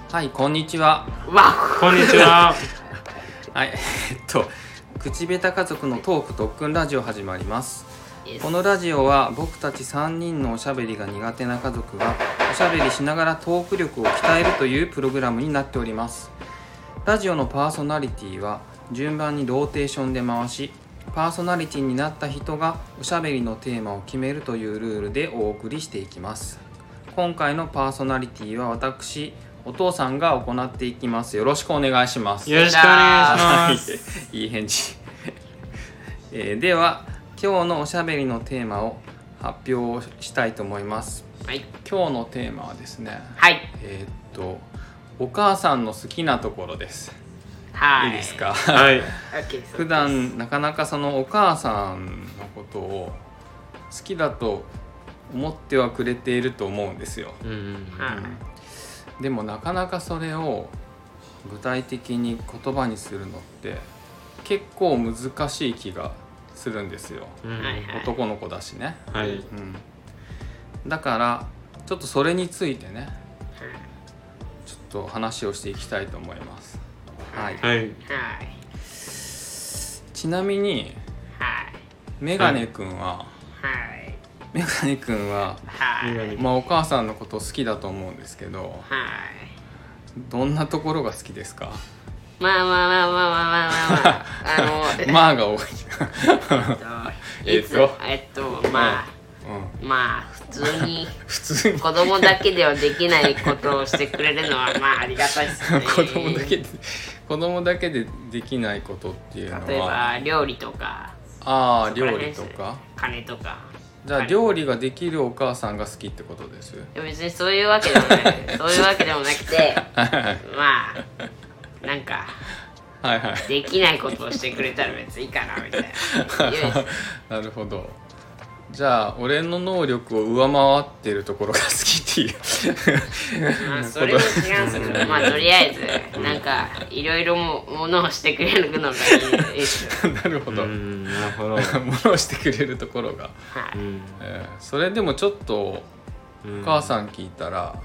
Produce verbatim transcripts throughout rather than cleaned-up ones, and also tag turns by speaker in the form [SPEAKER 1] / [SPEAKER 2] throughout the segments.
[SPEAKER 1] はい、こんにちは。
[SPEAKER 2] わ
[SPEAKER 3] こんにちは。
[SPEAKER 1] はい、えっと口下手家族のトーク特訓ラジオ始まります。このラジオは僕たちさんにんのおしゃべりが苦手な家族がおしゃべりしながらトーク力を鍛えるというプログラムになっております。ラジオのパーソナリティは順番にローテーションで回し、パーソナリティになった人がおしゃべりのテーマを決めるというルールでお送りしていきます。今回のパーソナリティは私お父さんが行っていきます。よろしくお願いします。
[SPEAKER 3] よろしくお願いします。
[SPEAKER 1] いい返事、えー、では今日のおしゃべりのテーマを発表したいと思います。
[SPEAKER 2] はい、
[SPEAKER 1] 今日のテーマはですね、
[SPEAKER 2] はい、
[SPEAKER 1] えー、っとお母さんの好きなところです。
[SPEAKER 2] はい、
[SPEAKER 1] いいですか？
[SPEAKER 3] はい。
[SPEAKER 1] 普段なかなかそのお母さんのことを好きだと思ってはくれていると思うんですよ。
[SPEAKER 3] うんうん
[SPEAKER 1] うんでもなかなかそれを具体的に言葉にするのって結構難しい気がするんですよ。
[SPEAKER 3] うんうん
[SPEAKER 2] はいはい、
[SPEAKER 1] 男の子だしね。
[SPEAKER 3] はい。
[SPEAKER 1] うん、だからちょっとそれについてね、ちょっと話をしていきたいと思います。はい。
[SPEAKER 3] はい。
[SPEAKER 2] はい、
[SPEAKER 1] ちなみに
[SPEAKER 2] はい、
[SPEAKER 1] メガネくんは、
[SPEAKER 2] はい、
[SPEAKER 1] メガネくんは、
[SPEAKER 2] はい、
[SPEAKER 3] メガネ
[SPEAKER 1] まあお母さんのこと好きだと思うんですけど、
[SPEAKER 2] はい。
[SPEAKER 1] どんなところが好きですか？
[SPEAKER 2] まあまあまあまあまあまあまあまあ、あの、
[SPEAKER 1] まあが多い。
[SPEAKER 2] えっと、えっと、まあ、
[SPEAKER 1] うん、
[SPEAKER 2] まあ普通に
[SPEAKER 1] 普通に
[SPEAKER 2] 子供だけではできないことをしてくれるのはまあありがたいですね。
[SPEAKER 1] 子供だけで子供だけでできないことっていうのは、
[SPEAKER 2] 例えば料理とか、
[SPEAKER 1] ああ
[SPEAKER 2] そこら
[SPEAKER 1] 料
[SPEAKER 2] 辺ですね
[SPEAKER 1] 理とか。
[SPEAKER 2] 金とか。
[SPEAKER 1] じゃあ料理ができるお母さんが好きってことです。
[SPEAKER 2] いや別にそういうわけでもないそういうわけでもなくて、まあなんか
[SPEAKER 1] はいはい
[SPEAKER 2] できないことをしてくれたら別にいいかなみたいな。
[SPEAKER 1] なるほど。じゃあ俺の能力を上回ってるところが好きっていう
[SPEAKER 2] まあそれも違うんですけど、まあとりあえずなんかいろいろもものをしてくれるのがいいですよ。
[SPEAKER 1] なるほど。
[SPEAKER 3] うんなるほど。
[SPEAKER 1] ものをしてくれるところが、
[SPEAKER 2] はい、
[SPEAKER 3] うん
[SPEAKER 1] えーそれでもちょっとお母さん聞いたら、
[SPEAKER 2] はい、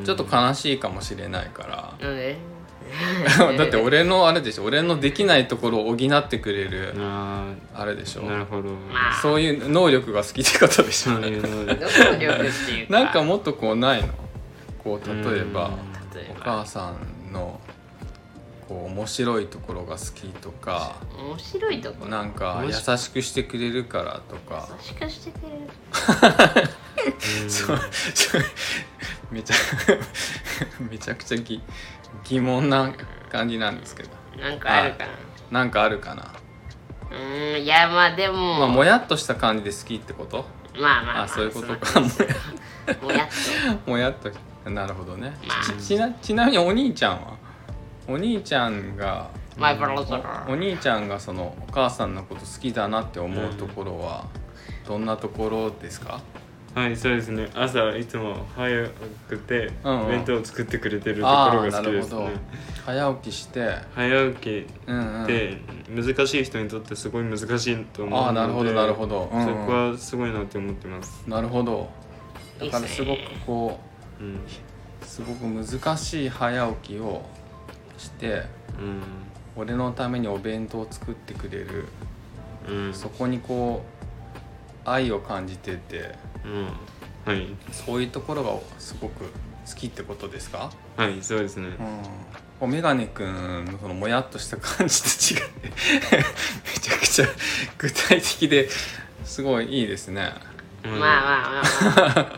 [SPEAKER 1] ちょっと悲しいかもしれないから、
[SPEAKER 2] なんで
[SPEAKER 1] だって俺のあれでしょ、俺のできないところを補ってくれる
[SPEAKER 3] あ
[SPEAKER 1] あれでしょ。
[SPEAKER 3] ーなるほど。
[SPEAKER 2] まあ
[SPEAKER 1] そういう能力が好きってことでしょ。
[SPEAKER 3] そういうので
[SPEAKER 2] どこの力っていうか
[SPEAKER 1] なんかもっとこうないの？こう例えば
[SPEAKER 3] うん
[SPEAKER 2] 例え
[SPEAKER 1] お
[SPEAKER 2] ば
[SPEAKER 1] 母さんのこう面白いところが好きとか、
[SPEAKER 2] 面白いところ
[SPEAKER 1] なんか優しくしてくれるからとか、
[SPEAKER 2] 優しくしてくれる。
[SPEAKER 1] そうそうめちゃめちゃくちゃぎ疑問な感じなんですけど、
[SPEAKER 2] なんかあるかな。
[SPEAKER 1] なんかあるかな。
[SPEAKER 2] うーんいやまあでも
[SPEAKER 1] まあもやっとした感じで好きってこと？
[SPEAKER 2] まあまあまあ
[SPEAKER 1] あ、そういうことか。
[SPEAKER 2] そうなんですよもやっ
[SPEAKER 1] もやっとなるほどね。
[SPEAKER 2] まあ
[SPEAKER 1] ちちなちなみにお兄ちゃんはお兄ちゃんが
[SPEAKER 2] とマイブラザー
[SPEAKER 1] お兄ちゃんがそのお母さんのこと好きだなって思うところはどんなところですか？
[SPEAKER 3] はいそうですね。朝いつも早くて
[SPEAKER 1] うんうん
[SPEAKER 3] 弁当を作ってくれてるとこ
[SPEAKER 1] ああ
[SPEAKER 3] ろが好き
[SPEAKER 1] なるほど
[SPEAKER 3] ですね。。
[SPEAKER 1] 早起きして
[SPEAKER 3] 早起き
[SPEAKER 1] うんうん
[SPEAKER 3] って難しい人にとってすごい難しいと思うので、
[SPEAKER 1] ああなるほどなるほど、うんうん
[SPEAKER 3] そこはすごいなって思ってます。
[SPEAKER 1] なるほど。だから
[SPEAKER 2] いいっすね
[SPEAKER 1] すごくこ
[SPEAKER 3] うん
[SPEAKER 1] うすごく難しい早起きをして
[SPEAKER 3] うん
[SPEAKER 1] 俺のためにお弁当を作ってくれる、
[SPEAKER 3] うん
[SPEAKER 1] そこにこう愛を感じてて、
[SPEAKER 3] うんはい
[SPEAKER 1] そういうところがすごく好きってことですか？
[SPEAKER 3] はいそうですね。
[SPEAKER 1] うん、こうメガネくんのそのもやっとした感じと違ってめちゃくちゃ具体的ですごいいいですね。
[SPEAKER 3] うん
[SPEAKER 2] まあまあまあま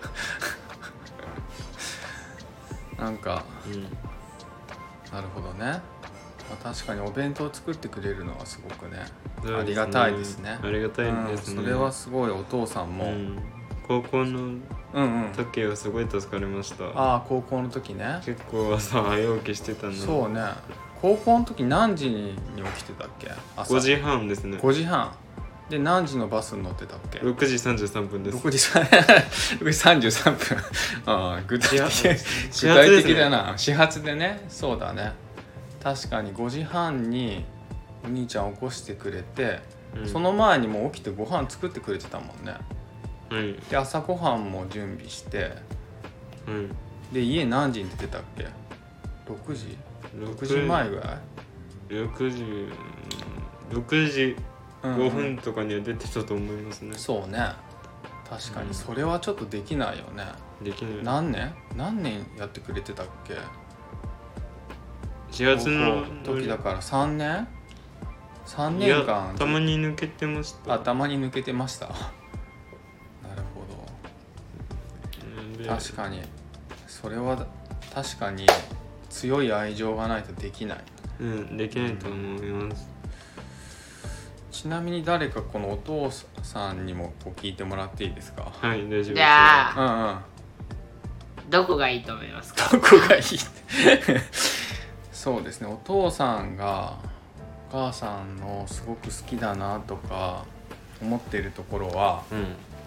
[SPEAKER 2] あ
[SPEAKER 1] なんか
[SPEAKER 3] うん
[SPEAKER 1] なるほどね。まあ、確かにお弁当を作ってくれるのはすごくね
[SPEAKER 3] そうですね
[SPEAKER 1] ありがたいですね。
[SPEAKER 3] ありがたいですね。
[SPEAKER 1] うん、それはすごいお父さんも、う、
[SPEAKER 3] うんん高校の
[SPEAKER 1] うんうん
[SPEAKER 3] 時はすごい助かりました。
[SPEAKER 1] ああ高校の時ね。
[SPEAKER 3] 結構朝早起きしてたの。
[SPEAKER 1] そうね。高校の時何時に起きてたっけ？朝
[SPEAKER 3] ごじはんですね。
[SPEAKER 1] ごじはんで何時のバスに乗ってたっけ？
[SPEAKER 3] ろくじさんじゅうさんぷんです。
[SPEAKER 1] ろくじさんろくじさんじゅうさんぷんああ具体的
[SPEAKER 3] 始発
[SPEAKER 1] 具体
[SPEAKER 3] ですね
[SPEAKER 1] 的だな。始発でね。そうだね。確かにごじはんにお兄ちゃん起こしてくれて、
[SPEAKER 3] うん
[SPEAKER 1] その前にもう起きてご飯作ってくれてたもんね。
[SPEAKER 3] はい
[SPEAKER 1] で朝ごはんも準備して
[SPEAKER 3] はい
[SPEAKER 1] で家何時に出てたっけ？ろくじ？ろくじまえぐらい？
[SPEAKER 3] ろくじろくじごふんとかには出てたと思いますね、うん、
[SPEAKER 1] そうね確かにそれはちょっとできないよね、
[SPEAKER 3] うん、できない。
[SPEAKER 1] 何年何年やってくれてたっけ？
[SPEAKER 3] しがつの
[SPEAKER 1] 時だからさんねんさんねんかん
[SPEAKER 3] たまに抜けてました。
[SPEAKER 1] あたまに抜けてましたなるほど確かにそれは確かに強い愛情がないとできない。
[SPEAKER 3] うんできないと思います、
[SPEAKER 1] うん、ちなみに誰かこのお父さんにもこう聞いてもらっていいですか？
[SPEAKER 3] はい大丈夫です。
[SPEAKER 2] じゃあ、
[SPEAKER 1] うんうん
[SPEAKER 2] どこがいいと思いますか？
[SPEAKER 1] どこがいいそうですねお父さんがお母さんのすごく好きだなとか思っているところは、
[SPEAKER 3] うん、
[SPEAKER 2] はい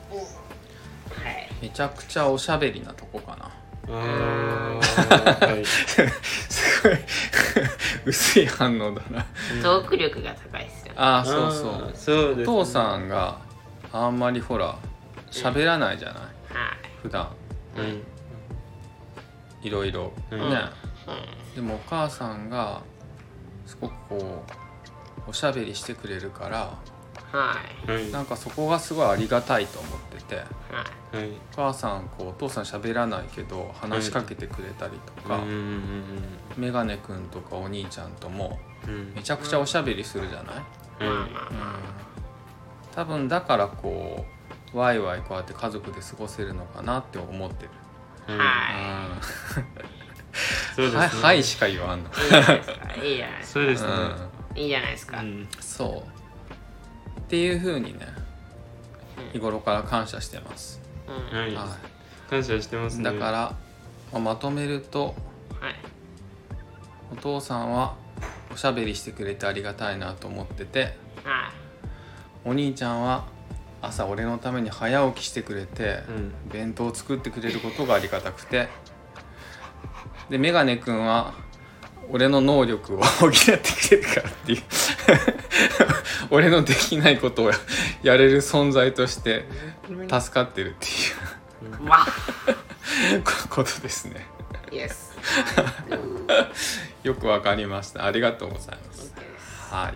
[SPEAKER 1] めちゃくちゃおしゃべりなとこかな。
[SPEAKER 3] あー、はい、
[SPEAKER 1] すごい薄い反応だな。
[SPEAKER 2] トーク力が高いですよね。
[SPEAKER 1] ああそうそう
[SPEAKER 3] あそうです、ね、
[SPEAKER 1] お父さんがあんまりほら喋らないじゃない、
[SPEAKER 2] はい
[SPEAKER 1] 普段
[SPEAKER 3] うん
[SPEAKER 1] いろいろね、
[SPEAKER 3] うん
[SPEAKER 1] でもお母さんがすごくこうおしゃべりしてくれるから
[SPEAKER 2] はい
[SPEAKER 3] はい
[SPEAKER 1] なんかそこがすごいありがたいと思ってて、
[SPEAKER 2] はい
[SPEAKER 3] はい
[SPEAKER 1] お母さんこうお父さん喋らないけど話しかけてくれたりとか、
[SPEAKER 3] うんうん
[SPEAKER 1] メガネくんとかお兄ちゃんとも
[SPEAKER 3] うんうん
[SPEAKER 1] めちゃくちゃおしゃべりするじゃない、
[SPEAKER 2] まあまあ
[SPEAKER 1] うん、
[SPEAKER 2] ま
[SPEAKER 1] 多分だからこうワイワイこうやって家族で過ごせるのかなって思ってる、
[SPEAKER 2] あ
[SPEAKER 1] うん
[SPEAKER 2] は
[SPEAKER 3] そうですね
[SPEAKER 1] はい、はいしか言わんの
[SPEAKER 2] いいいじゃないですかいいじゃないですか
[SPEAKER 3] そうですね、
[SPEAKER 2] いいじゃないですか、
[SPEAKER 3] うん
[SPEAKER 1] そうっていう風にね日頃から感謝してます、
[SPEAKER 2] うん
[SPEAKER 3] はい、
[SPEAKER 1] は
[SPEAKER 3] 感謝してます
[SPEAKER 1] い、
[SPEAKER 3] ね。
[SPEAKER 1] だから、まあまとめると
[SPEAKER 2] はい
[SPEAKER 1] お父さんはおしゃべりしてくれてありがたいなと思ってて
[SPEAKER 2] はい
[SPEAKER 1] お兄ちゃんは朝俺のために早起きしてくれて、
[SPEAKER 3] うん
[SPEAKER 1] 弁当を作ってくれることがありがたくてでメガネくんは俺の能力を補ってくれるからっていう俺のできないことをやれる存在として助かってるっていう
[SPEAKER 2] わ
[SPEAKER 1] ことですね。
[SPEAKER 2] イエス
[SPEAKER 1] よくわかりました。ありがとうございます。はい。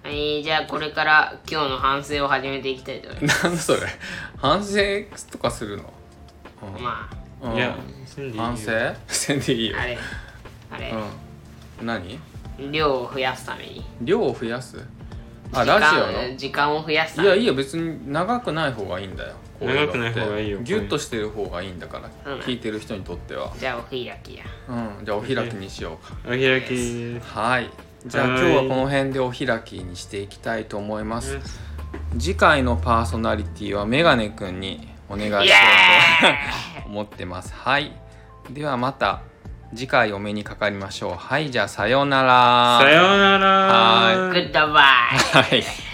[SPEAKER 2] はいじゃあこれから今日の反省を始めていきたいと思います
[SPEAKER 1] なんだそれ反省とかするの、うん
[SPEAKER 2] ま
[SPEAKER 1] うん
[SPEAKER 3] いや、せんでいいよ
[SPEAKER 1] 反省せんでいいよ
[SPEAKER 2] ああれあれ、
[SPEAKER 1] うん、何
[SPEAKER 2] 量を増やすために
[SPEAKER 1] 量を増やすあ
[SPEAKER 2] 時
[SPEAKER 1] ラジオ
[SPEAKER 2] 間
[SPEAKER 1] の
[SPEAKER 2] 時間を増やすために
[SPEAKER 1] いやいいよ別に長くない方がいいんだよこううのって
[SPEAKER 3] 長くない方がいいよ
[SPEAKER 1] ギュッとしてる方がいいんだから、
[SPEAKER 2] うん
[SPEAKER 1] 聞いてる人にとっては
[SPEAKER 2] じゃあお開きや
[SPEAKER 1] うんじゃあお開きにしようか
[SPEAKER 3] お開きです。
[SPEAKER 1] はいじゃあ今日はこの辺でお開きにしていきたいと思います次回のパーソナリティはメガネくんにお願いしようと思ってますはいではまた次回お目にかかりましょうはいじゃあさようなら
[SPEAKER 3] さようなら。
[SPEAKER 1] はい
[SPEAKER 2] グッドバイ
[SPEAKER 1] はい